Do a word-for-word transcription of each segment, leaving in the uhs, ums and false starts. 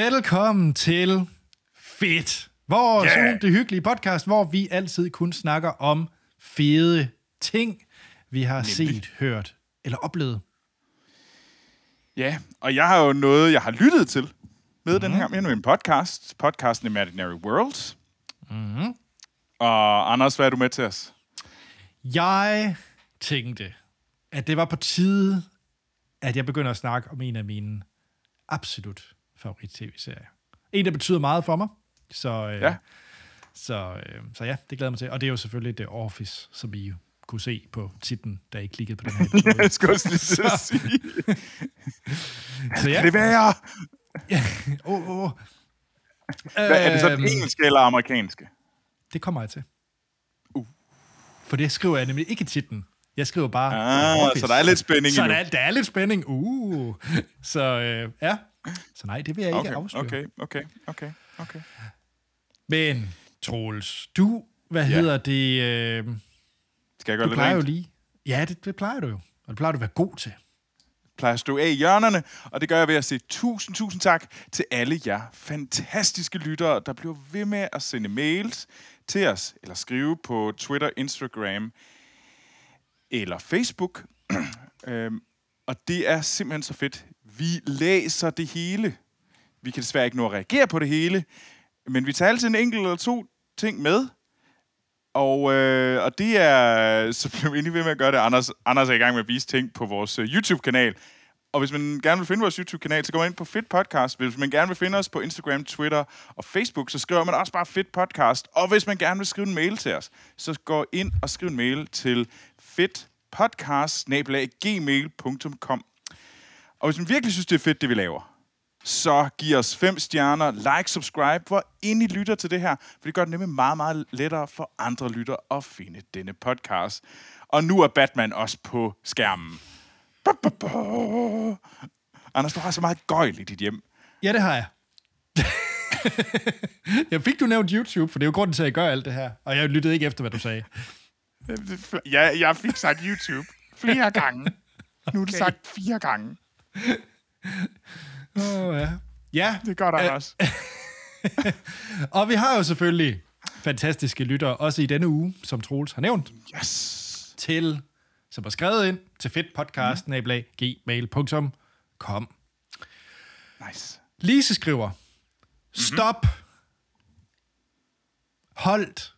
Velkommen til Fedt, vores Yeah. det hyggelige podcast, hvor vi altid kun snakker om fede ting, vi har Nemlig. set, hørt eller oplevet. Ja, og jeg har jo noget, jeg har lyttet til med mm. den her med en podcast. Podcasten Imaginary Worlds. Mm. Og Anders, hvad er du med til os? Jeg tænkte, at det var på tide, at jeg begynder at snakke om en af mine absolut favorit-tv-serier. En, der betyder meget for mig. Så, øh, Ja. så, øh, så ja, det glæder mig til. Og det er jo selvfølgelig The Office, som I jo kunne se på titlen, da I klikkede på den her episode. Jeg skulle også lige til at sige. Så ja. Kan det være? oh, oh. Hvad, er det så Øhm, engelske eller amerikanske? Det kommer jeg til. Uh. For det skriver jeg nemlig ikke i titlen. Jeg skriver bare Ah, The Office. så der er lidt spænding Så endnu. der er, der er lidt spænding. Uh. Så øh, ja. Så nej, det vil jeg ikke Okay, afsløre. okay, okay, okay, okay. Men, Troels, du, hvad Ja. hedder det? Øh, Skal jeg gøre du lidt plejer jo rent? lige. Ja, det, det plejer du jo. Og det plejer du at være god til. Plejer at stå af i hjørnerne, og det gør jeg ved at sige tusind, tusind tak til alle jer fantastiske lyttere, der bliver ved med at sende mails til os, eller skrive på Twitter, Instagram eller Facebook. øhm, og det er simpelthen så fedt. Vi læser det hele. Vi kan desværre ikke nå at reagere på det hele, men vi tager altid en enkelt eller to ting med. Og, øh, og det er, så bliver vi egentlig ved med at gøre det. Anders, Anders er i gang med at vise ting på vores uh, YouTube-kanal. Og hvis man gerne vil finde vores YouTube-kanal, så går man ind på Fedt Podcast. Hvis man gerne vil finde os på Instagram, Twitter og Facebook, så skriver man også bare Fedt Podcast. Og hvis man gerne vil skrive en mail til os, så gå ind og skriv en mail til fedtpodcast bindestreg gmail punktum com. Og hvis man virkelig synes, det er fedt, det vi laver, så giv os fem stjerner, like, subscribe, hvor ind I lytter til det her. For det gør det nemlig meget, meget lettere for andre lyttere at finde denne podcast. Og nu er Batman også på skærmen. Anders, du har så meget gøjl i dit hjem. Ja, det har jeg. Jeg fik du nævnt YouTube, for det er jo grunden til, at jeg gør alt det her. Og jeg lyttede ikke efter, hvad du sagde. Ja, jeg fik sagt YouTube flere gange. Nu er det Okay. sagt fire gange. Åh, oh, ja. Ja. Det er godt, Anders. Og vi har jo selvfølgelig fantastiske lyttere, også i denne uge, som Troels har nævnt, Yes. til, som har skrevet ind til fedtpodcast bindestreg gmail punktum com. Nice. Lise skriver, stop, holdt,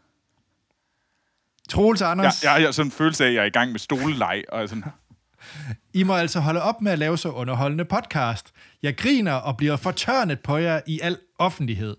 Troels og Jeg, Anders, jeg, jeg har sådan en følelse af, at jeg er i gang med stoleleg. Og sådan. I må altså holde op med at lave så underholdende podcast. Jeg griner og bliver fortørnet på jer i al offentlighed.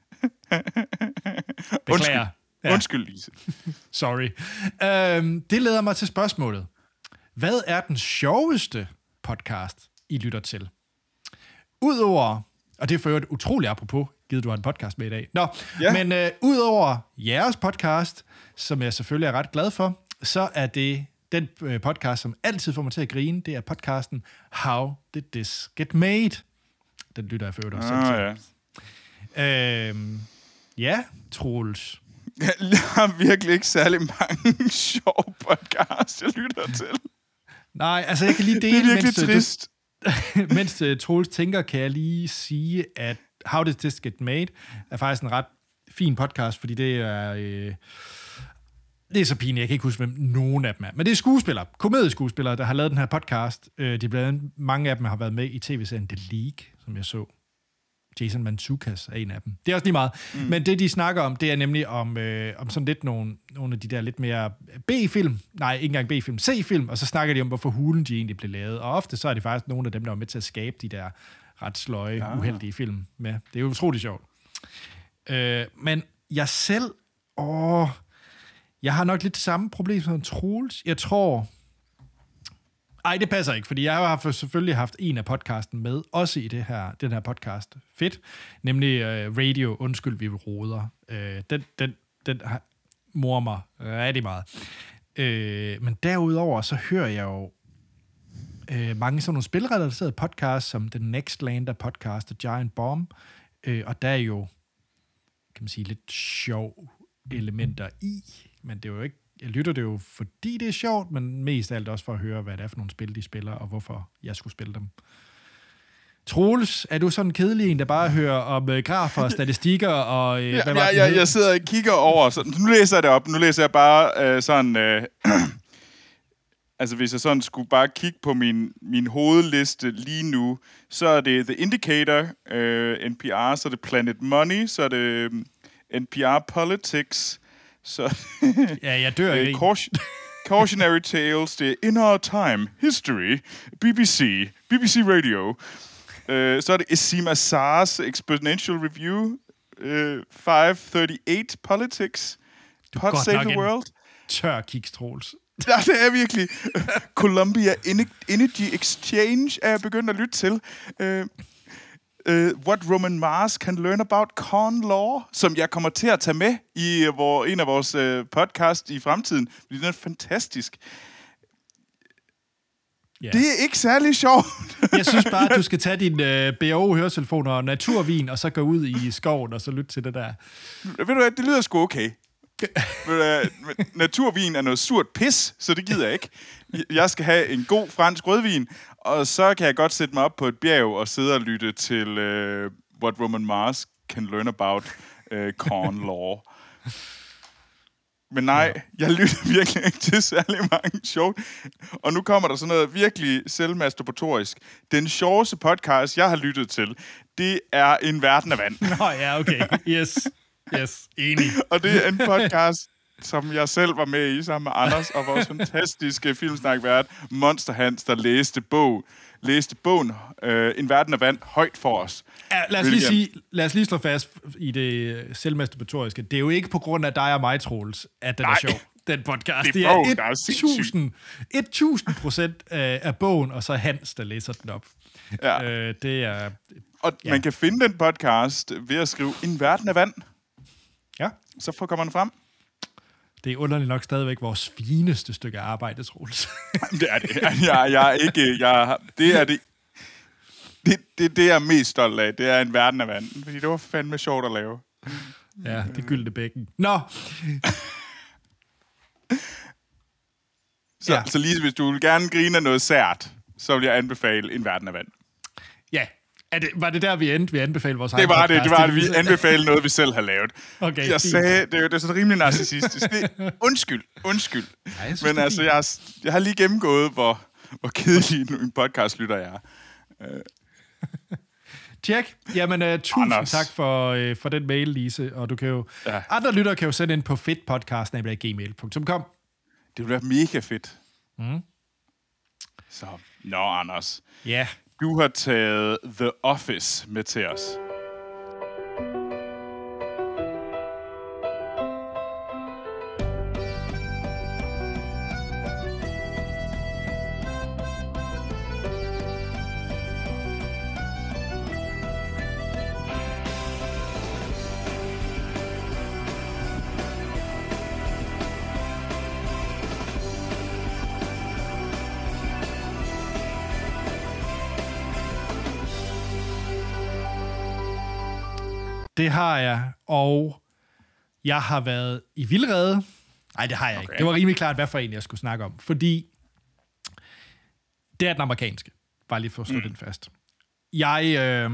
Beklager. Undskyld. Ja. Undskyld, Lise. Sorry. Øhm, det leder mig til spørgsmålet. Hvad er den sjoveste podcast, I lytter til? Udover, og det er for øvrigt utroligt apropos, givet du har en podcast med i dag. Nå, Ja. men øh, udover jeres podcast, som jeg selvfølgelig er ret glad for, så er det den øh, podcast, som altid får mig til at grine, det er podcasten How Did This Get Made? Den lytter jeg for øvrigt også selv Ah, til. ja. Øhm, ja, Troels. Jeg har virkelig ikke særlig mange sjove podcasts, jeg lytter til. Nej, altså jeg kan lige Det dele, er virkelig mens, øh, trist. du, mens uh, Troels tænker, kan jeg lige sige, at How Did This Get Made er faktisk en ret fin podcast, fordi det er... Øh, det er så pinligt, jeg kan ikke huske, hvem nogen af dem er. Men det er skuespillere, komedieskuespillere, der har lavet den her podcast. Øh, de blandt andet, mange af dem har været med i tv-serien The League, som jeg så. Jason Mantzoukas er en af dem. Det er også lige meget. Mm. Men det, de snakker om, det er nemlig om, øh, om sådan lidt nogle, nogle af de der lidt mere B-film. Nej, ikke engang B-film, C-film. Og så snakker de om, hvorfor hulen de egentlig blev lavet. Og ofte så er det faktisk nogle af dem, der var med til at skabe de der ret sløje, ja. uheldige film med. Det er jo utroligt sjovt. Øh, men jeg selv... Åh, jeg har nok lidt det samme problem som Troels. Jeg tror... Ej, det passer ikke, fordi jeg har selvfølgelig haft en af podcasten med, også i det her, den her podcast. Fedt. Nemlig uh, Radio Undskyld, vi råder. Uh, den, den, den har morer mig rigtig meget. Uh, men derudover, så hører jeg jo uh, mange sådan nogle spilrelaterede podcasts, som The Nextlander podcast og Giant Bomb. Uh, og der er jo, kan man sige, lidt sjov elementer i, men det er jo ikke, jeg lytter det jo, fordi det er sjovt, men mest af alt også for at høre, hvad det er for nogle spil, de spiller, og hvorfor jeg skulle spille dem. Troels, er du sådan en kedelig en, der bare hører om øh, grafer og statistikker? Og, øh, ja, hvad var ja, det, jeg, jeg sidder og kigger over, så nu læser jeg det op. Nu læser jeg bare øh, sådan... Øh, altså, hvis jeg sådan skulle bare kigge på min, min hovedliste lige nu, så er det The Indicator, øh, N P R, så er det Planet Money, så er det øh, N P R Politics, så... ja, jeg dør ikke. Caution, Cautionary Tales, det er In Our Time, History, B B C, B B C Radio. Uh, så er det Asim Azars Exponential Review, uh, fem treogtredive Politics, Pod Save the World. Tør kiks, Troels. Ja, det er virkelig. Columbia Energy Exchange er jeg begyndt at lytte til. Uh, Uh, What Roman Mars Can Learn About Con Law, som jeg kommer til at tage med i uh, vor, en af vores uh, podcast i fremtiden, fordi den er fantastisk. Yeah. Det er ikke særlig sjovt. Jeg synes bare, at du skal tage din uh, B O-høretelefoner og naturvin, og så gå ud i skoven og så lytte til det der. Ved du hvad, det lyder sgu okay. Naturvin er noget surt pis, så det gider jeg ikke. Jeg skal have en god fransk rødvin, og så kan jeg godt sætte mig op på et bjerg og sidde og lytte til uh, What Roman Mars Can Learn About uh, Con Law. Men nej, jeg lytter virkelig ikke til særlig mange sjovt. Og nu kommer der sådan noget virkelig selvmasturbatorisk. Den sjoveste podcast, jeg har lyttet til, det er En Verden af Vand. Nå ja, okay. Yes. Yes, enig. Og det er en podcast, som jeg selv var med i sammen med Anders og vores fantastiske filmsnakvært Monster Hans, der læste bog, læste bogen øh, En Verden af Vand højt for os. Ja, lad os lige sige, lad os lige slå fast i det selvmasturbatoriske. Det er jo ikke på grund af dig og mig, Troels, at den Nej, er sjov, den podcast. Det Det er, er, det er tusind, tusind procent af bogen, og så Hans, der læser den op. Ja. Øh, det er... Og ja. Man kan finde den podcast ved at skrive En Verden af Vand. Ja. Så får kommer den frem. Det er underligt nok stadigvæk vores fineste stykke arbejde, Troels. Det er det. Jeg, jeg er ikke... Jeg, det er det... Det, det, det jeg er mest stolt af, det er En Verden af Vand. Fordi det var fandme sjovt at lave. Ja, det gyldne bækken. Nå! så, ja. så lige hvis du vil gerne grine af noget sært, så vil jeg anbefale En Verden af Vand. Ja. Er det, var det der, vi endte? Vi anbefalede vores det var det, det var det. Vi anbefalede noget, vi selv har lavet. Okay, jeg fint. sagde, det er, det er sådan rimelig narcissistisk. Det, undskyld, undskyld. Nej, synes, Men altså, jeg har, jeg har lige gennemgået, hvor, hvor kedelig en podcast lytter jeg er. Uh. Tjek. Jamen, uh, tusind Anders. tak for, uh, for den mail, Lise. Og du kan jo, ja. andre lyttere kan jo sende ind på fedtpodcast snabel-a gmail punktum com. Det ville være mega fedt. Mm. Så, nå, Anders. Ja. Yeah. Du har taget The Office med til os. Det har jeg, og jeg har været i Vildrede. Nej, det har jeg okay. ikke. Det var rimelig klart, hvad for en jeg skulle snakke om. Fordi det er den amerikanske. Bare lige for at slå mm. den fast. Jeg, øh,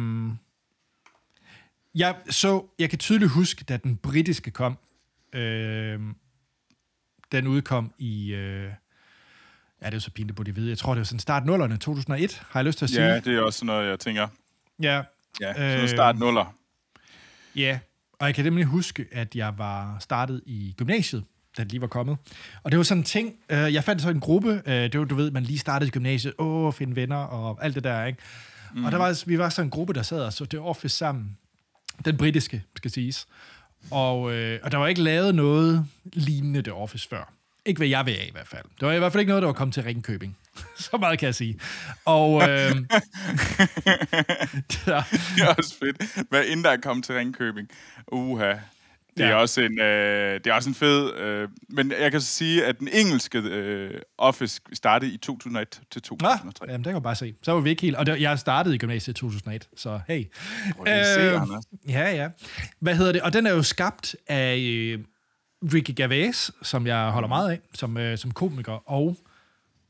jeg så, jeg kan tydeligt huske, da den britiske kom. Øh, den udkom i... Øh, ja, det er jo så pinligt på det vide. Jeg tror, det var sådan start nullerne, to tusind og et, har jeg lyst til at sige. Ja, det er også noget, jeg tænker. Ja. Ja, sådan øh, start nuller. Ja, og jeg kan nemlig huske, at jeg var startet i gymnasiet, da det lige var kommet. Og det var sådan en ting, øh, jeg fandt så en gruppe, øh, det var, du ved, man lige startede i gymnasiet, åh, finde venner og alt det der, ikke? Mm. Og der var, vi var så en gruppe, der sad og så det Office sammen. Den britiske, skal siges. Og, øh, og der var ikke lavet noget lignende The Office før. Ikke hvad jeg ved af i hvert fald. Det var i hvert fald ikke noget, der var kommet til Ringkøbing. Så meget kan jeg sige. Og... Øh, der, det er også fedt. Hvad inden der er kommet til Ringkøbing. Uha. Det er, ja. også en, øh, det er også en fed... Øh, men jeg kan så sige, at den engelske øh, Office startede i to tusind og et til to tusind og tre. Ah, jamen, det kan jeg bare se. Så var vi ikke helt... Og det, jeg startede i gymnasiet i to tusind og et, så hey. Prøv lige se, øh, Anders. Ja, ja. Hvad hedder det? Og den er jo skabt af øh, Ricky Gervais, som jeg holder meget af, som, øh, som komiker, og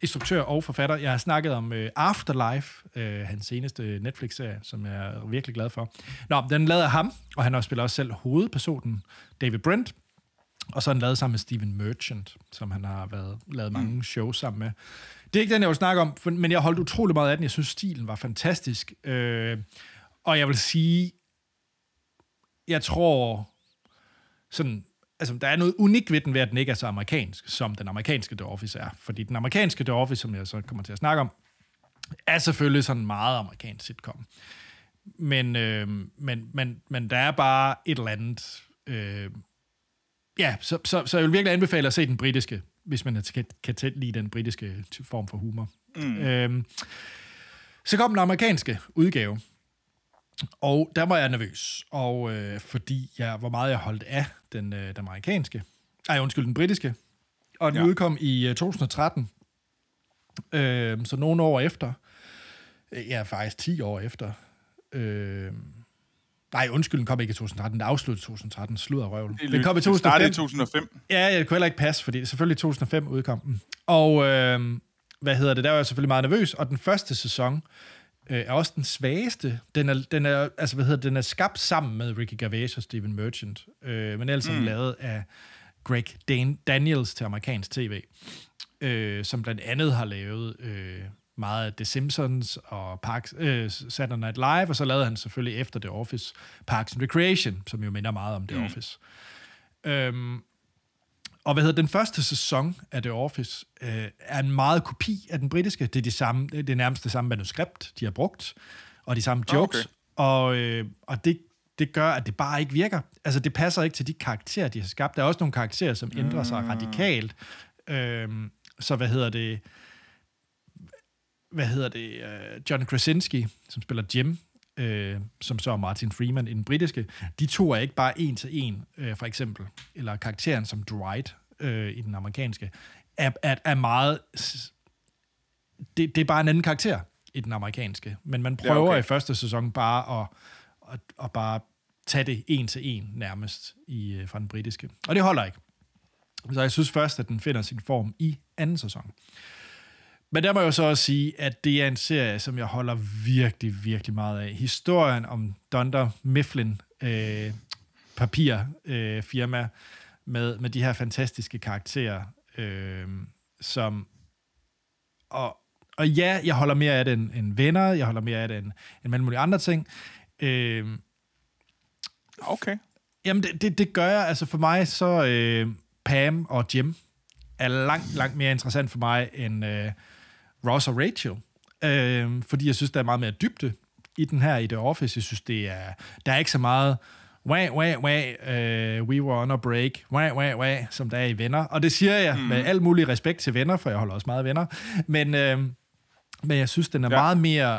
instruktør og forfatter. Jeg har snakket om øh, Afterlife, øh, hans seneste Netflix-serie, som jeg er virkelig glad for. Nå, den lavede ham, og han har spillet også selv hovedpersonen, David Brent, og så har han lavet sammen med Stephen Merchant, som han har været, lavet mange mm. shows sammen med. Det er ikke den, jeg vil snakke om, for, men jeg holdt utrolig meget af den. Jeg synes, stilen var fantastisk. Øh, og jeg vil sige, jeg tror, sådan, altså, der er noget unikt ved den, ved at den ikke er så amerikansk, som den amerikanske The Office er. Fordi den amerikanske The Office, som jeg så kommer til at snakke om, er selvfølgelig sådan meget amerikansk sitcom. Men, øh, men, men, men der er bare et eller andet... Øh, ja, så, så, så jeg vil virkelig anbefale at se den britiske, hvis man kan, kan lide den britiske form for humor. Mm. Øh, så kom den amerikanske udgave. Og der var jeg nervøs, og øh, fordi jeg, hvor meget jeg holdt af den, øh, den amerikanske, ej undskyld, den britiske, og den ja. udkom i øh, to tusind og tretten, øh, så nogle år efter, øh, ja faktisk ti år efter, øh, nej undskyld, den kom ikke i to tusind og tretten, den afsluttede i to tusind og tretten, sludder røvlen. Den kom i to tusind og fem. i to tusind og fem. Ja, det kunne heller ikke passe, fordi selvfølgelig i to tusind og fem udkom den. Og øh, hvad hedder det, der var jeg selvfølgelig meget nervøs, og den første sæson, er også den svageste. Den er, den er, altså, hvad hedder, den er skabt sammen med Ricky Gervais og Stephen Merchant, øh, men ellers mm. lavet af Greg Dan- Daniels til amerikansk tv, øh, som blandt andet har lavet øh, meget af The Simpsons og Parks, øh, Saturday Night Live, og så lavede han selvfølgelig efter The Office Parks and Recreation, som jo minder meget om The mm. Office. Øhm, Og hvad hedder den første sæson af The Office øh, er en meget kopi af den britiske. Det er, de samme, det er nærmest det samme manuskript, de har brugt, og de samme jokes. Okay. Og, øh, og det, det gør, at det bare ikke virker. Altså, det passer ikke til de karakterer, de har skabt. Der er også nogle karakterer, som ændrer sig mm. radikalt. Øh, så hvad hedder det... Hvad hedder det? Uh, John Krasinski, som spiller Jim, øh, som så er Martin Freeman i den britiske, de to er ikke bare en til en, øh, for eksempel, eller karakteren som Dwight øh, i den amerikanske, er, er, er meget... Det, det er bare en anden karakter i den amerikanske, men man prøver ja, okay. i første sæson bare at, at, at bare tage det en til en nærmest i, fra den britiske. Og det holder ikke. Så jeg synes først, at den finder sin form i anden sæson. Men der må jeg jo så også sige, at det er en serie, som jeg holder virkelig, virkelig meget af. Historien om Dunder Mifflin øh, papirfirma øh, med, med de her fantastiske karakterer, øh, som... Og, og ja, jeg holder mere af det end, end venner, jeg holder mere af det end, end alle mulige andre ting. Øh, okay. Jamen, det, det, det gør jeg. Altså for mig, så øh, Pam og Jim er langt, langt mere interessant for mig end... Øh, Ross og Rachel, øh, fordi jeg synes, der er meget mere dybde i den her, i The Office. Jeg synes, det er, der er ikke så meget wah, wah, wah, uh, we were on a break, wah, wah, wah, som der er i Venner. Og det siger jeg mm. med al mulig respekt til Venner, for jeg holder også meget af Venner. Men, øh, men jeg synes, den er ja. meget mere...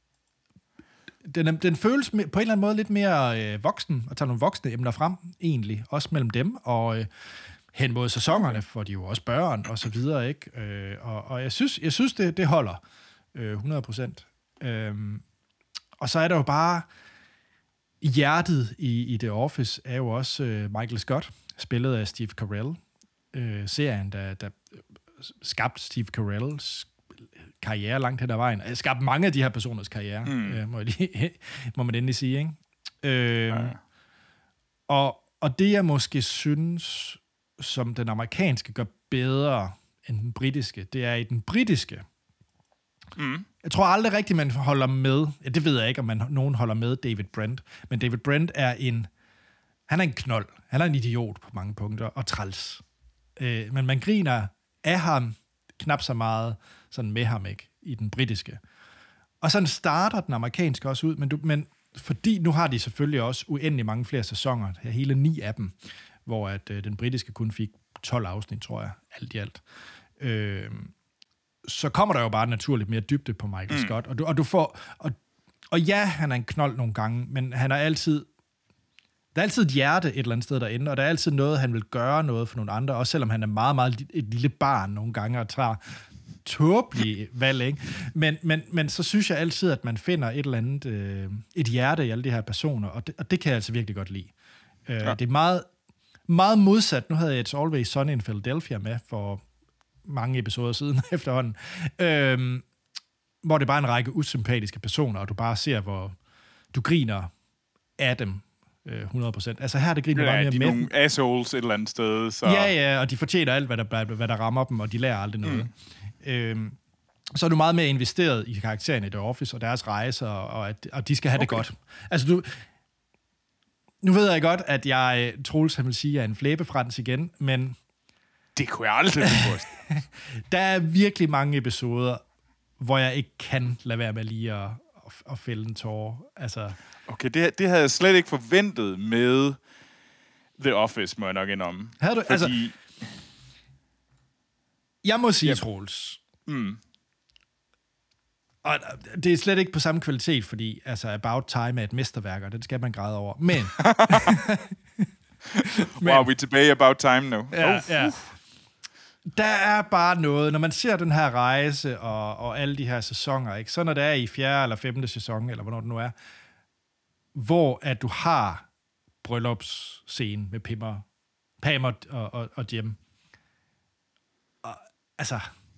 Den, er, den føles på en eller anden måde lidt mere øh, voksen, og tager nogle voksne emner frem, egentlig, også mellem dem, og... Øh, hen mod sæsonerne, for de jo også børn, og så videre, ikke? Øh, og, og jeg synes, jeg synes det, det holder øh, hundrede procent. Øhm, og så er der jo bare hjertet i, i The Office, er jo også øh, Michael Scott, spillet af Steve Carell. Øh, serien, der, der skabte Steve Carells karriere langt hen ad vejen. Skabte mange af de her personers karriere, mm. øh, må, jeg lige, må man endelig sige, ikke? Øh, ja. og, og det, jeg måske synes... som den amerikanske gør bedre end den britiske, det er i den britiske. Mm. Jeg tror aldrig rigtigt, man holder med, ja, det ved jeg ikke, om man, nogen holder med David Brent, men David Brent er en, han er en knold, han er en idiot på mange punkter, og træls. Øh, men man griner af ham knap så meget, sådan med ham, ikke, i den britiske. Og sådan starter den amerikanske også ud, men, du, men fordi nu har de selvfølgelig også uendelig mange flere sæsoner, hele ni af dem, hvor at, øh, den britiske kun fik tolv afsnit, tror jeg, alt i alt. Øh, så kommer der jo bare naturligt mere dybde på Michael mm. Scott, og du, og du får... Og, og ja, han er en knold nogle gange, men han er altid... Der er altid et hjerte et eller andet sted derinde, og der er altid noget, han vil gøre noget for nogle andre, også selvom han er meget, meget et lille barn nogle gange, og tager tåbelige valg, ikke? Men, men, men så synes jeg altid, at man finder et eller andet... Øh, et hjerte i alle de her personer, og det, og det kan jeg altså virkelig godt lide. Øh, ja. Det er meget... Meget modsat. Nu havde jeg It's Always Sunny in Philadelphia med for mange episoder siden efterhånden, øhm, hvor det er bare en række usympatiske personer, og du bare ser, hvor du griner af dem øh, hundrede procent. Altså her, det griner ja, meget mere de med nogle assholes et eller andet sted. Så. Ja, ja, og de fortjener alt, hvad der, hvad der rammer dem, og de lærer aldrig noget. Mm. Øhm, så er du meget mere investeret i karakteren i The Office, og deres rejser, og, at, og de skal have okay. det godt. Altså du... Nu ved jeg godt, at jeg, Troels, han vil sige, er en flæbefrans igen, men... Det kunne jeg aldrig forstå. Der er virkelig mange episoder, hvor jeg ikke kan lade være med lige at, at, at fælde en tårer. Altså... Okay, det, det havde jeg slet ikke forventet med The Office, må jeg nok indrømme. Havde du... Fordi... Altså, jeg må sige, yep. Troels... Mm. Og det er slet ikke på samme kvalitet, fordi altså, About Time er et mesterværk, og den skal man græde over. Men... Men wow, vi er tilbage About Time nu. Ja, oh, ja. Der er bare noget, når man ser den her rejse og, og alle de her sæsoner, ikke? Så når det er i fjerde eller femte sæson, eller hvornår det nu er, hvor at du har bryllupsscene med Pimmer, Pam og, og, og Jim. Og, altså...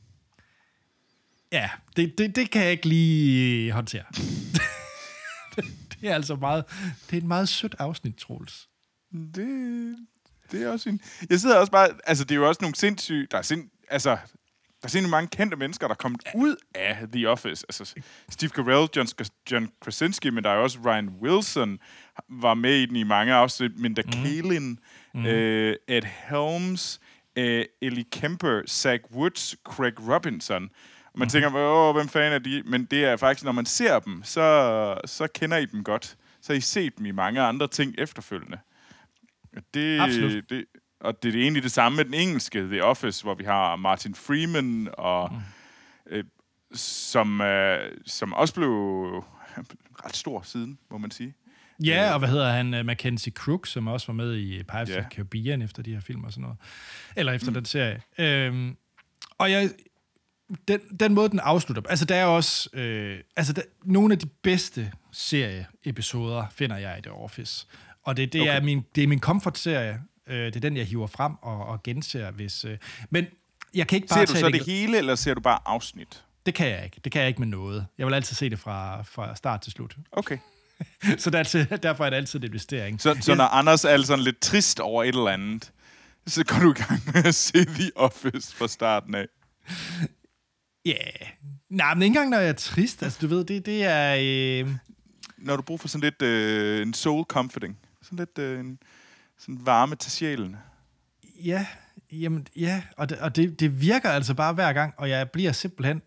Ja, det, det, det kan jeg ikke lige håndtere. det, det er altså meget... Det er et meget sødt afsnit, Troels. Det, det er også en... Jeg sidder også bare... Altså, det er jo også nogle sindssyge... Der er sind, altså, der er sindssygt mange kendte mennesker, der er kommet ud af The Office. Altså, Steve Carell, John, John Krasinski, men der er jo også Ryan Wilson, var med i den i mange afsnit. Minda mm. Kaling, mm. øh, Ed Helms, øh, Ellie Kemper, Zach Woods, Craig Robinson... Og man tænker, åh, hvem fanden er de? Men det er faktisk, når man ser dem, så, så kender I dem godt. Så har I set dem i mange andre ting efterfølgende. Det, Absolut. Det, og det er egentlig det samme med den engelske The Office, hvor vi har Martin Freeman, og, mm. øh, som, øh, som også blev ret stor siden, må man sige. Ja, og hvad hedder han? Mackenzie Crook, som også var med i Pirates yeah. of the Caribbean efter de her film og sådan noget. Eller efter mm. den serie. Øhm, og jeg... Den, den måde, den afslutter... Altså, der er også... Øh, altså, der, nogle af de bedste serieepisoder finder jeg i The Office. Og det, det, okay. er, min, det er min comfort-serie. Øh, det er den, jeg hiver frem og, og genser, hvis... Øh, men jeg kan ikke bare ser du tage så det, det, det hele, eller ser du bare afsnit? Det kan jeg ikke. Det kan jeg ikke med noget. Jeg vil altid se det fra, fra start til slut. Okay. så der, derfor er det altid en investering. Så, så når Anders er sådan lidt trist over et eller andet, så går du i gang med at se The Office fra starten af? Ja, yeah. Nej, men ikke engang, når jeg er trist. Altså, du ved, det, det er... Øh... Når du bruger for sådan lidt øh, en soul comforting. Sådan lidt øh, en sådan varme til sjælen. Ja, jamen, ja. Og, det, og det, det virker altså bare hver gang, og jeg bliver simpelthen...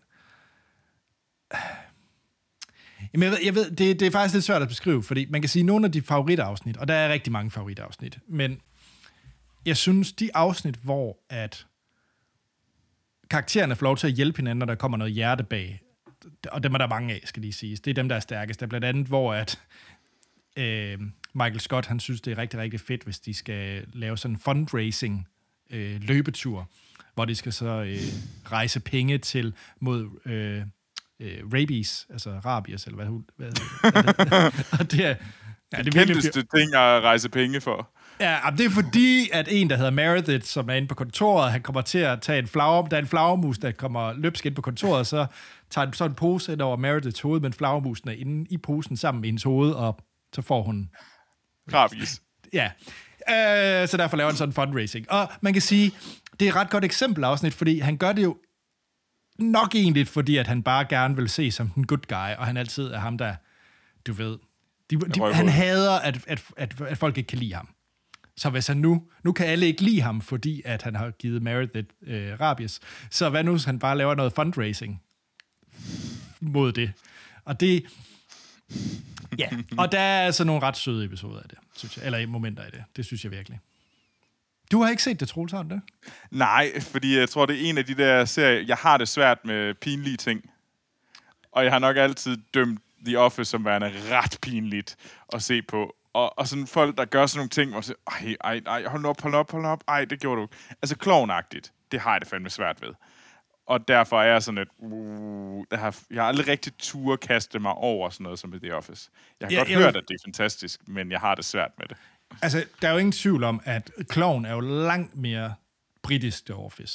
Jamen, jeg ved, jeg ved det, det er faktisk lidt svært at beskrive, fordi man kan sige, nogle af de favoritafsnit, og der er rigtig mange favoritafsnit, men jeg synes, de afsnit, hvor at karaktererne får lov til at hjælpe hinanden, når der kommer noget hjerte bag. Og dem er der mange af, skal lige siges. Det er dem, der er stærkest. Der er blandt andet, hvor at, øh, Michael Scott, han synes, det er rigtig, rigtig fedt, hvis de skal lave sådan en fundraising øh, løbetur, hvor de skal så øh, rejse penge til mod øh, øh, rabies, altså rabies, eller hvad, hvad, hvad og det er... Ja, det er kendteste ting at rejse penge for. Ja, det er fordi, at en, der hedder Meredith, som er inde på kontoret, han kommer til at tage en flager, der er en flagermus, der kommer løbsk ind på kontoret, så tager han så en pose ind over Merediths hoved, men flagermusen er inde i posen sammen med hendes hoved, og så får hun... Rabies. Ja, øh, så derfor laver han sådan en fundraising. Og man kan sige, det er et ret godt eksempel afsnit, fordi han gør det jo nok egentlig, fordi at han bare gerne vil se som den good guy, og han altid er ham, der, du ved... De, de, han hader, at, at, at, at folk ikke kan lide ham. Så hvis han nu... Nu kan alle ikke lide ham, fordi at han har givet Meredith øh, rabies. Så hvad nu, hvis han bare laver noget fundraising mod det? Og det... Ja, og der er altså nogle ret søde episoder af det, synes jeg. Eller momenter af det. Det synes jeg virkelig. Du har ikke set det, Troels, har du det? Nej, fordi jeg tror, det er en af de der serier... Jeg har det svært med pinlige ting. Og jeg har nok altid dømt The Office som værende ret pinligt at se på. Og, og sådan folk, der gør sådan nogle ting, hvor siger, ej, ej, ej, hold nu op, hold nu op, hold nu op. Ej, det gjorde du. Altså, klovnagtigt. Det har jeg det fandme svært ved. Og derfor er jeg sådan et... Uh, jeg, har, jeg har aldrig rigtig tur kaste mig over sådan noget som i The Office. Jeg har ja, godt jeg hørt, vil... at det er fantastisk, men jeg har det svært med det. Altså, der er jo ingen tvivl om, at klovn er jo langt mere britisk The Office.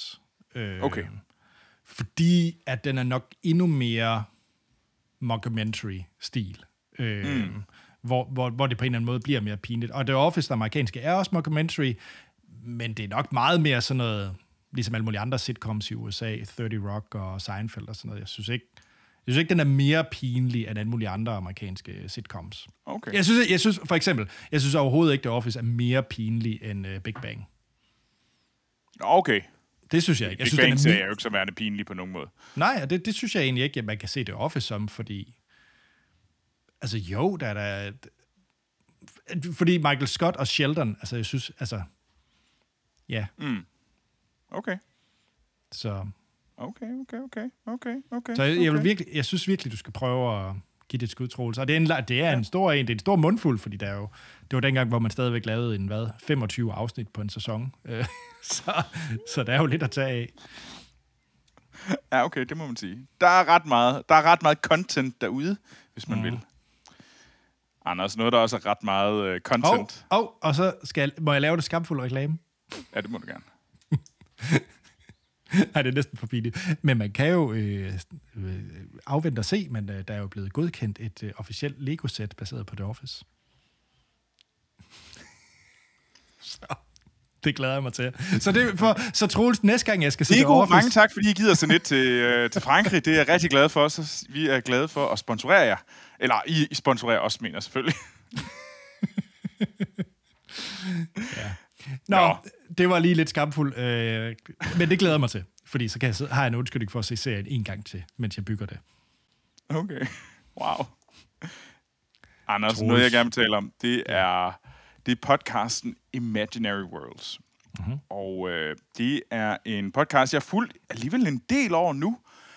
Øh, Okay. Fordi at den er nok endnu mere mockumentary-stil. Øh, mm. hvor, hvor, hvor det på en eller anden måde bliver mere pinligt. Og The Office, der amerikanske, er også mockumentary, men det er nok meget mere sådan noget, ligesom alle mulige andre sitcoms i U S A, thirty Rock og Seinfeld og sådan noget. Jeg synes ikke, jeg synes ikke den er mere pinlig end alle mulige andre amerikanske sitcoms. Okay. Jeg synes, jeg synes for eksempel, jeg synes overhovedet ikke, The Office er mere pinlig end uh, Big Bang. Okay. Det synes jeg ikke. Jeg Big synes, Bang den ser er jeg jo ikke som værende pinlig på nogen måde. Nej, det, det synes jeg egentlig ikke, at man kan se The Office som, fordi... Altså jo, der er der... Fordi Michael Scott og Sheldon, altså jeg synes, altså... Ja. Mm. Okay. Så... Okay, okay, okay, okay, okay. Så jeg, jeg, vil okay. virkelig, jeg synes virkelig, du skal prøve at give det et skud, Troels. Og det er, en, det er ja. en stor en, det er en stor mundfuld, fordi der er jo, det var dengang, hvor man stadigvæk lavede en, hvad, femogtyve afsnit på en sæson. så, så der er jo lidt at tage af. Ja, okay, det må man sige. Der er ret meget, der er ret meget content derude, hvis man mm. vil. Anders, noget, der også er ret meget uh, content. Og, og, og så skal jeg, må jeg lave det skamfulde reklame? Ja, det må du gerne. Nej, det er næsten for pinligt. Men man kan jo øh, øh, afvente og se, men øh, der er jo blevet godkendt et øh, officielt Lego-sæt baseret på The Office. Så det glæder jeg mig til. Så, det for, så Troels, næste gang jeg skal se The Office... Mange tak, fordi I gider se lidt til, øh, til Frankrig. Det er jeg rigtig glad for. Så vi er glade for at sponsorere jer. Eller I, I sponsorerer os, mener selvfølgelig. Ja. Nå, Nå, det var lige lidt skamfuldt, øh, men det glæder jeg mig til, fordi så kan jeg, så har jeg en undskyldning for at se serien en gang til, mens jeg bygger det. Okay, wow. Anders, Troels. noget jeg gerne vil tale om, det er, det er podcasten Imaginary Worlds. Mm-hmm. Og øh, det er en podcast, jeg har fulgt alligevel en del år nu.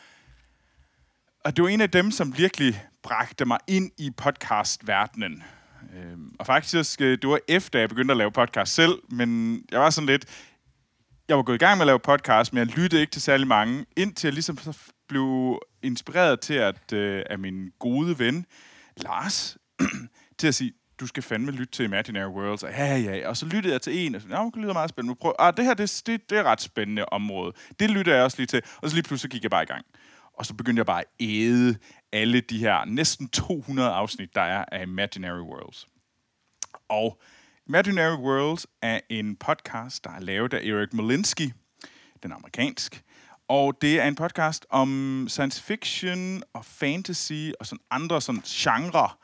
Og det var en af dem, som virkelig bragte mig ind i podcastverdenen. Øhm, og faktisk, det var efter, jeg begyndte at lave podcast selv, men jeg var sådan lidt... Jeg var gået i gang med at lave podcast, men jeg lyttede ikke til særlig mange, indtil jeg ligesom blev inspireret til at øh, af min gode ven, Lars, til at sige, du skal fandme lytte til Imaginary Worlds. Og ja, ja, og så lyttede jeg til en, og så ja, det lyder meget spændende. Prøv, ah, det her, det, det, det er et ret spændende område. Det lytter jeg også lige til. Og så lige pludselig gik jeg bare i gang. Og så begyndte jeg bare at æde alle de her næsten to hundrede afsnit, der er af Imaginary Worlds. Og Imaginary Worlds er en podcast, der er lavet af Eric Molinsky, den er amerikansk. Og det er en podcast om science fiction og fantasy og sådan andre sådan genrer,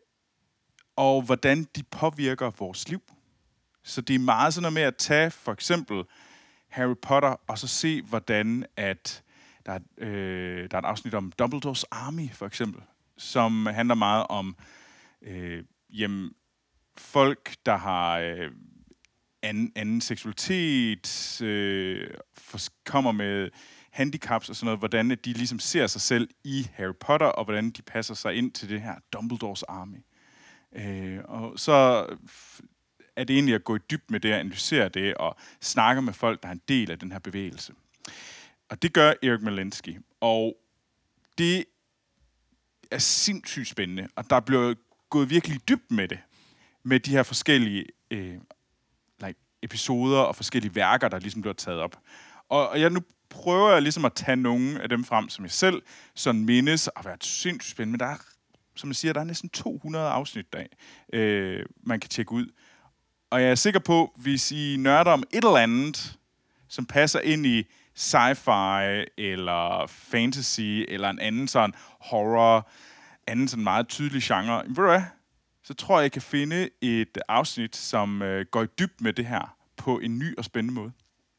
og hvordan de påvirker vores liv. Så det er meget sådan noget med at tage for eksempel Harry Potter, og så se, hvordan at der er, øh, der er et afsnit om Dumbledores Army, for eksempel, som handler meget om øh, jamen, folk, der har øh, anden, anden seksualitet, øh, for, kommer med handicaps og sådan noget, hvordan de ligesom ser sig selv i Harry Potter, og hvordan de passer sig ind til det her Dumbledores Army. Øh, og så er det egentlig at gå i dyb med det, at analysere det, og snakke med folk, der er en del af den her bevægelse. Og det gør Eric Molinsky. Og det er sindssygt spændende, og der bliver gået virkelig dybt med det, med de her forskellige øh, like, episoder og forskellige værker, der ligesom bliver taget op. Og, og jeg nu prøver jeg ligesom at tage nogle af dem frem, som jeg selv sådan mindes, og været sindssygt spændende, men der er, som jeg siger, der er næsten to hundrede afsnit der, øh, man kan tjekke ud. Og jeg er sikker på, hvis I nørder om et eller andet, som passer ind i sci-fi, eller fantasy, eller en anden sådan horror, anden sådan meget tydelig genre, ved du hvad? Så tror jeg, jeg kan finde et afsnit, som øh, går i dyb med det her, på en ny og spændende måde.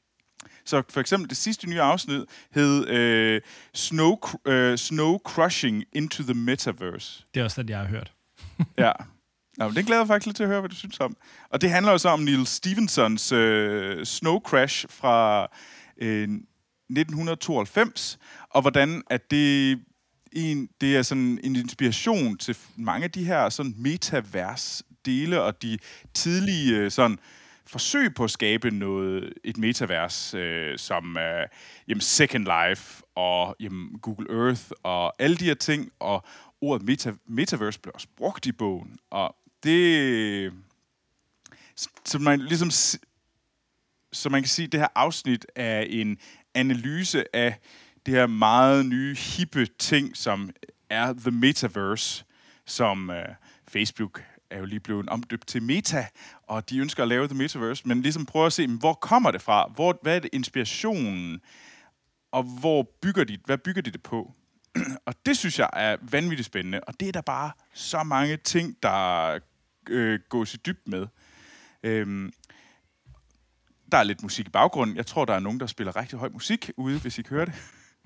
Så for eksempel det sidste nye afsnit hed øh, Snow, øh, Snow Crushing into the Metaverse. Det er også det, jeg har hørt. Ja. Nå, det glæder jeg faktisk lidt til at høre, hvad du synes om. Og det handler jo så om Neil Stephensons øh, Snow Crash fra øh, nitten tooghalvfems, og hvordan at det, en, det er sådan en inspiration til mange af de her sådan metavers-dele, og de tidlige sådan forsøg på at skabe noget, et metavers, øh, som øh, jamen Second Life og jamen Google Earth og alle de her ting, og ordet meta, metaverse blev også brugt i bogen, og det, så man ligesom så man kan sige, at det her afsnit er en analyse af det her meget nye, hippe ting, som er The Metaverse, som øh, Facebook er jo lige blevet omdøbt til Meta, og de ønsker at lave The Metaverse, men ligesom prøver at se, hvor kommer det fra? Hvor, hvad er det inspirationen? Og hvor bygger de, hvad bygger de det på? Og det synes jeg er vanvittigt spændende, og det er der bare så mange ting, der øh, gås i dybt med. Øhm, der er lidt musik i baggrunden. Jeg tror, der er nogen, der spiller rigtig høj musik ude, hvis I kan høre det.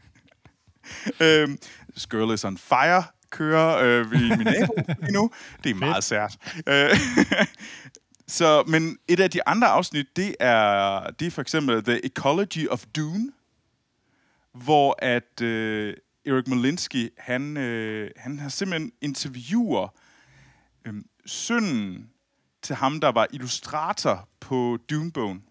øhm, Girl is on Fire kører øh, i min nabo lige nu. Det er meget sært. Øh, så, men et af de andre afsnit, det er, det er for eksempel The Ecology of Dune, hvor at øh, Eric Molinsky, han, øh, han har simpelthen interviewer øh, sønnen til ham, der var illustrator på Dune-bogen.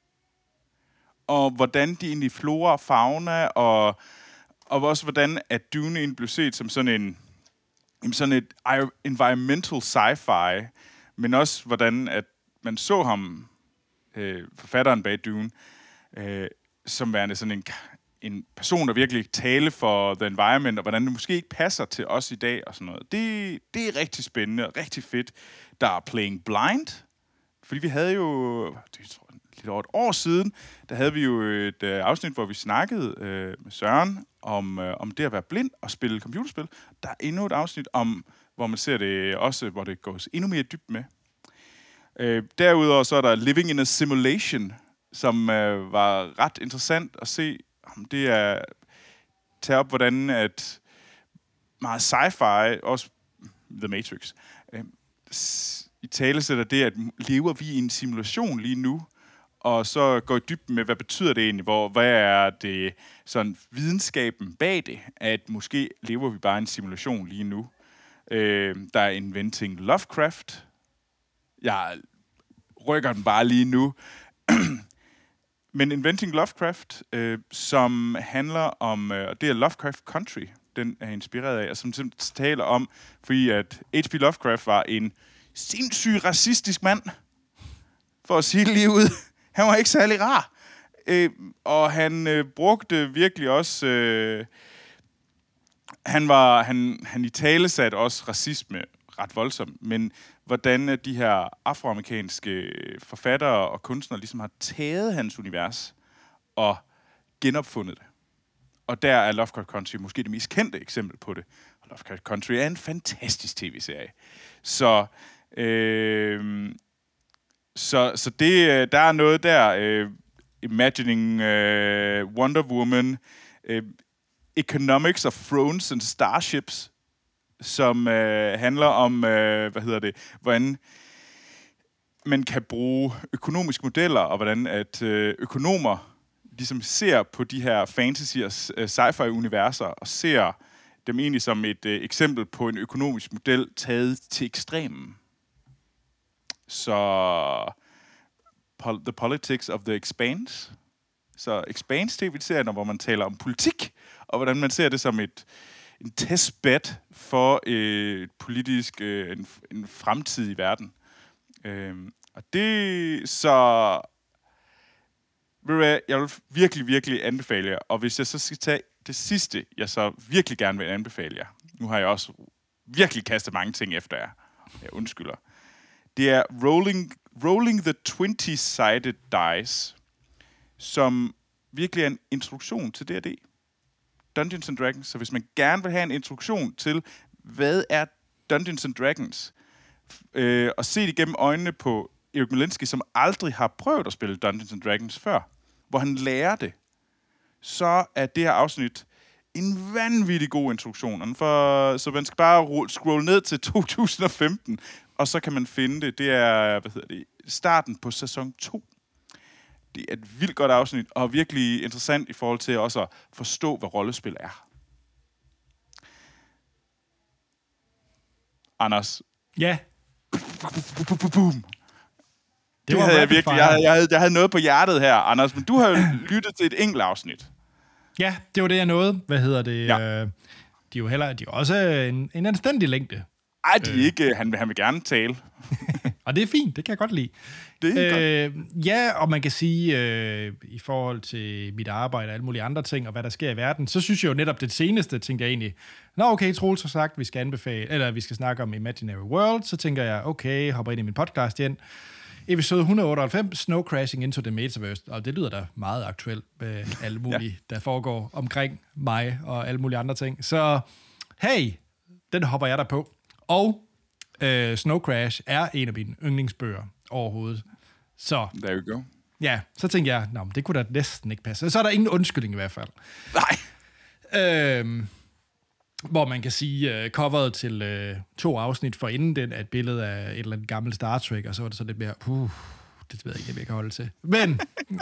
Og hvordan de egentlig flora og fauna, og, og også hvordan at Dune egentlig blev set som sådan en sådan et environmental sci-fi, men også hvordan at man så ham, øh, forfatteren bag Dune, øh, som værende sådan en, en person, der virkelig taler for the environment, og hvordan det måske ikke passer til os i dag og sådan noget. Det, det er rigtig spændende og rigtig fedt. Der er Playing Blind, fordi vi havde jo, det tror jeg, lidt over et år siden, der havde vi jo et øh, afsnit, hvor vi snakkede øh, med Søren om, øh, om det at være blind og spille computerspil. Der er endnu et afsnit om, hvor man ser det også, hvor det går endnu mere dybt med. Øh, derudover så er der Living in a Simulation, som øh, var ret interessant at se. Det er tage op, hvordan at meget sci-fi, også The Matrix, øh, i tale sætter det, at lever vi i en simulation lige nu, og så går i dybden med, hvad betyder det egentlig, hvor, hvad er det sådan videnskaben bag det, at måske lever vi bare i en simulation lige nu. Øh, der er Inventing Lovecraft. Jeg rykker den bare lige nu. Men Inventing Lovecraft, øh, som handler om, øh, og det er Lovecraft Country, den er inspireret af, og som simpelthen taler om, fordi at H P Lovecraft var en sindssygt racistisk mand, for at sige det lige ud. Han var ikke særlig rar. Øh, og han øh, brugte virkelig også... Øh, han var han, han i tale satte også racisme ret voldsomt, men hvordan de her afroamerikanske forfattere og kunstnere ligesom har taget hans univers og genopfundet det. Og der er Lovecraft Country måske det mest kendte eksempel på det. Og Lovecraft Country er en fantastisk tv-serie. Så... Øh, Så, så det, der er noget der, uh, Imagining uh, Wonder Woman, uh, Economics of Thrones and Starships, som uh, handler om, uh, hvad hedder det, hvordan man kan bruge økonomiske modeller, og hvordan at uh, økonomer ligesom ser på de her fantasy- og uh, sci-fi-universer, og ser dem egentlig som et uh, eksempel på en økonomisk model taget til ekstremen. Så The Politics of the Expanse. Så Expanse tv-serien, hvor man taler om politik, og hvordan man ser det som et en testbed for øh, politisk øh, en, en fremtid i verden. Øh, og det så jeg vil virkelig, virkelig anbefale jer. Og hvis jeg så skal tage det sidste, jeg så virkelig gerne vil anbefale jer. Nu har jeg også virkelig kastet mange ting efter jer. Jeg undskylder. Det er Rolling, Rolling the twenty-sided Dice, som virkelig er en introduktion til D og D. Dungeons and Dragons. Så hvis man gerne vil have en introduktion til, hvad er Dungeons and Dragons, øh, og se det gennem øjnene på Eric Molinsky, som aldrig har prøvet at spille Dungeons and Dragons før, hvor han lærer det, så er det her afsnit en vanvittig god introduktion. For, så man skal bare scrolle ned til to tusind og femten, og så kan man finde det. Det er, hvad hedder det, starten på sæson to. Det er et vildt godt afsnit, og virkelig interessant i forhold til også at forstå, hvad rollespil er. Anders. Ja. Boom. Det, det havde jeg virkelig. Jeg, jeg, havde, jeg havde noget på hjertet her, Anders, men du har jo lyttet til et enkelt afsnit. Ja, det var det, jeg nåede. Hvad hedder det? Ja. De er jo heller, de er også en, en anstændig længde. Ej, de er ikke. Han, han vil gerne tale. Og det er fint, det kan jeg godt lide. Det er øh, godt. Ja, og man kan sige, øh, i forhold til mit arbejde og alle mulige andre ting, og hvad der sker i verden, så synes jeg jo netop det seneste, tænkte jeg egentlig, nå okay, Troels har sagt, vi skal anbefale, eller vi skal snakke om Imaginary World, så tænker jeg, okay, hopper ind i min podcast igen. Episode et hundrede otteoghalvfems, Snow Crashing into the Metaverse, og det lyder da meget aktuelt med alle mulige, ja. der foregår omkring mig og alle mulige andre ting. Så hey, den hopper jeg der på. Og øh, Snow Crash er en af mine yndlingsbøger overhovedet. Så there you go. Ja, så tænkte jeg, nå, det kunne da næsten ikke passe. Så er der ingen undskyldning i hvert fald. Nej. Øhm, hvor man kan sige, uh, coveret til uh, to afsnit for inden den, er et billede af et eller andet gammelt Star Trek, og så var det så lidt mere, uh, det ved jeg ikke, om jeg kan holde til. Men...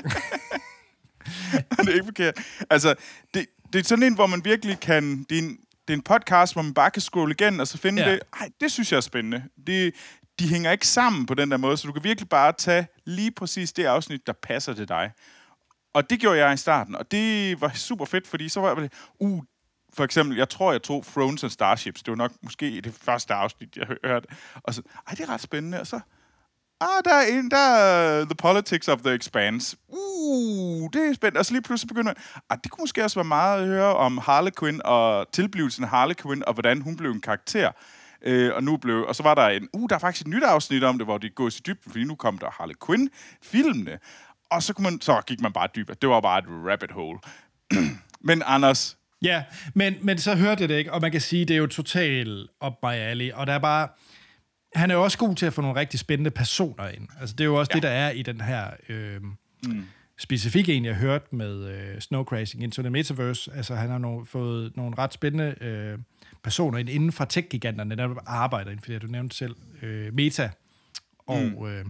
det er ikke forkert. Altså, det, det er sådan en, hvor man virkelig kan... Det er en, det er en podcast, hvor man bare kan scrolle igen, og så finde ja. det. Ej, det synes jeg er spændende. Det, de hænger ikke sammen på den der måde, så du kan virkelig bare tage lige præcis det afsnit, der passer til dig. Og det gjorde jeg i starten, og det var super fedt, fordi så var jeg... Uh, for eksempel, jeg tror, jeg tog Thrones and Starships. Det var nok måske det første afsnit, jeg hørte. Og så, ej, det er ret spændende. Og så, ah, der er en, der er The Politics of the Expanse. Uh, det er spændende. Og så lige pludselig begynder ah, det kunne måske også være meget at høre om Harlequin og tilblivelsen af Harlequin, og hvordan hun blev en karakter. Øh, og nu blev, og så var der en, uh, der er faktisk et nyt afsnit om det, hvor de går i dybden, fordi nu kom der Harlequin-filmene. Og så, kunne man, så gik man bare dybere. Det var bare et rabbit hole. Men Anders... Ja, men, men så hørte jeg det ikke, og man kan sige, det er jo totalt op my alley, og der er bare, han er jo også god til at få nogle rigtig spændende personer ind. Altså det er jo også ja. det, der er i den her øh, mm. specifikke en, jeg hørte med øh, Snow Crashing into the Metaverse. Altså han har no, fået nogle ret spændende øh, personer ind inden fra tech-giganterne, der arbejder inden for det, du nævnte selv, øh, Meta og mm. øh,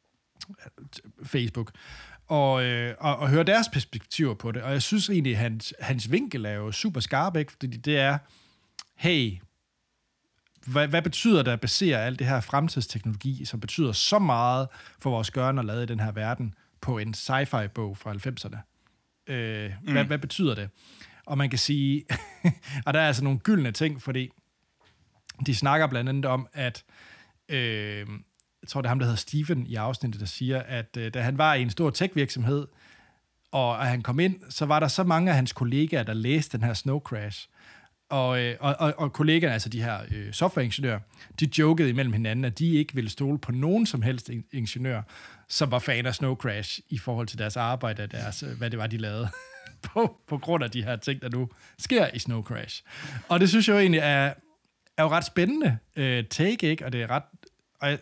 Facebook. Og, øh, og, og høre deres perspektiver på det. Og jeg synes egentlig, at hans, hans vinkel er jo super skarp, ikke? Fordi det er, hey, hvad, hvad betyder det at basere alt det her fremtidsteknologi, som betyder så meget for vores gørne og lade i den her verden, på en sci-fi-bog fra halvfemserne? Øh, mm. hvad, hvad betyder det? Og man kan sige, og der er altså nogle gyldne ting, fordi de snakker blandt andet om, at øh, jeg tror, det er ham, der hedder Steven i afsnittet, der siger, at øh, da han var i en stor tech-virksomhed, og, og han kom ind, så var der så mange af hans kollegaer, der læste den her Snow Crash. Og, øh, og, og, og kollegaerne, altså de her øh, softwareingeniører, de jokede imellem hinanden, at de ikke ville stole på nogen som helst ingeniør, som var fan af Snow Crash i forhold til deres arbejde og deres, hvad det var, de lavede, på, på grund af de her ting, der nu sker i Snow Crash. Og det synes jeg jo egentlig er, er jo ret spændende øh, take, ikke? Og det er ret... Og,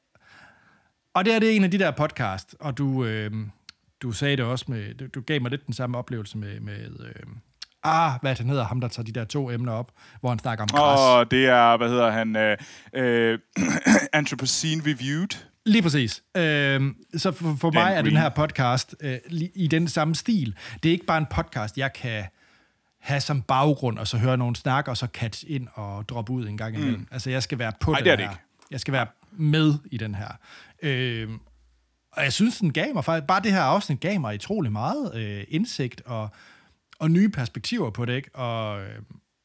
Og det er det en af de der podcast, og du, øh, du sagde det også med, du, du gav mig lidt den samme oplevelse med, med øh, ah, hvad han hedder, ham der tager de der to emner op, hvor han snakker om græs. Åh, oh, det er, hvad hedder han, øh, øh, Anthropocene Reviewed. Lige præcis. Øh, så for, for mig er den her podcast øh, i den samme stil. Det er ikke bare en podcast, jeg kan have som baggrund, og så høre nogen snakke, og så catch ind og droppe ud en gang imellem. Mm. Altså, jeg skal være på Ej, den det er det her. ikke. Jeg skal være med i den her. Øh, og jeg synes, den gav mig faktisk, bare det her afsnit gav mig utrolig meget øh, indsigt og, og nye perspektiver på det, ikke? Og, øh,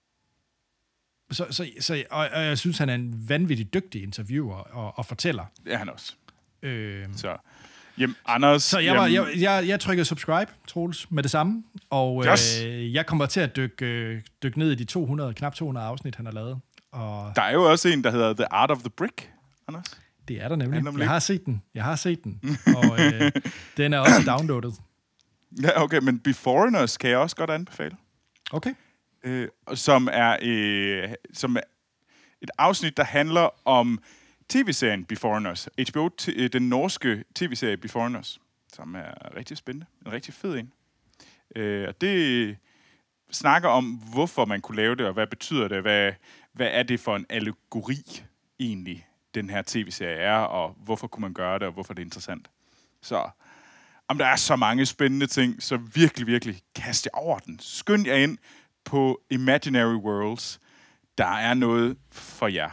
så, så, så, og, og jeg synes, han er en vanvittig dygtig interviewer og, og fortæller. Det er han også. Øh, så, jamen, Anders... Så jeg, var, jeg, jeg, jeg trykkede subscribe, Troels, med det samme, og yes. øh, jeg kommer til at dykke, øh, dykke ned i de to hundrede, knap to hundrede afsnit, han har lavet. Og der er jo også en, der hedder The Art of the Brick, Anders. Det er der nemlig. Jeg har set den. Jeg har set den. Og øh, den er også downloadet. Ja, okay, men Beforeigners kan jeg også godt anbefale. Okay. Øh, som er øh, som er et afsnit, der handler om tv-serien Beforeigners. H B O, t- den norske tv-serie Beforeigners, som er rigtig spændende. En rigtig fed en. Øh, og det snakker om, hvorfor man kunne lave det, og hvad betyder det, hvad, hvad er det for en allegori egentlig, den her tv-serie er, og hvorfor kunne man gøre det, og hvorfor det er interessant. Så om der er så mange spændende ting, så virkelig, virkelig kast jer over den. Skynd jer ind på Imaginary Worlds. Der er noget for jer.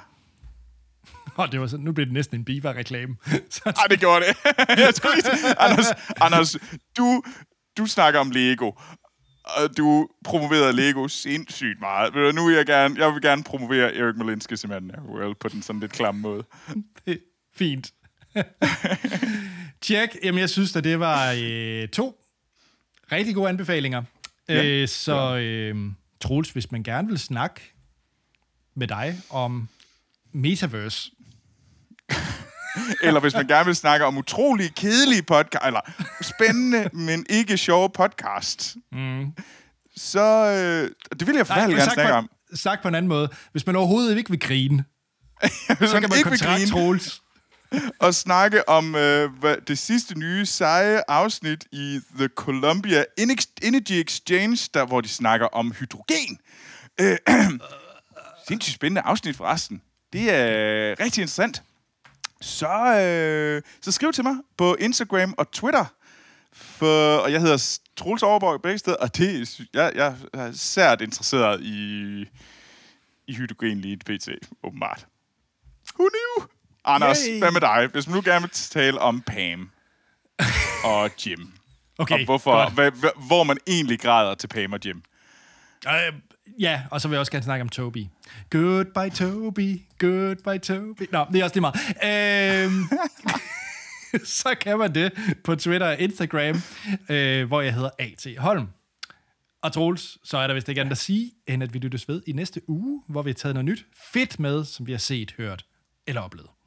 Oh, det var sådan, nu bliver det næsten en Biva-reklame. Ej, det gjorde det. Jeg skulle lige Anders, Anders du, du snakker om Lego, og du promoverede Lego sindssygt meget. Nu vil jeg gerne, jeg vil gerne promovere Eric Molinsky's Imaginary World på den sådan lidt klamme måde. Det er fint. Tjek. Jamen, jeg synes, at det var øh, to rigtig gode anbefalinger. Ja. Øh, så øh, Troels, hvis man gerne vil snakke med dig om Metaverse. Eller hvis man gerne vil snakke om utrolig kedelige podcast, eller spændende, men ikke sjove podcast. Mm. Så øh, det vil jeg forfærdeligt gerne snakke om. Sagt på en anden måde. Hvis man overhovedet ikke vil grine, hvis så man kan man ikke kontakte Troels. Og snakke om øh, hvad, det sidste nye seje afsnit i The Columbia Energy Exchange, der, hvor de snakker om hydrogen. Øh, sindssygt spændende afsnit forresten. Det er rigtig interessant. Så, øh, så skriv til mig på Instagram og Twitter. For, og jeg hedder Troels Overborg begge steder, og det, jeg, jeg er sært interesseret i, i hydrogen lige pt. Åbenbart. Who knew? Anders, Yay. Hvad med dig? Hvis man nu gerne vil tale om Pam og Jim. Okay, og hvorfor, hva, hva, hvor man egentlig græder til Pam og Jim. Uh, ja, og så vil jeg også gerne snakke om Toby. Goodbye, Toby. Goodbye, Toby. Nå, det er også lige meget. Uh, så kan man det på Twitter og Instagram, uh, hvor jeg hedder A T Holm. Og Troels, så er der vist ikke andet at sige, end at vi lyttes ved i næste uge, hvor vi har taget noget nyt fedt med, som vi har set, hørt eller oplevet.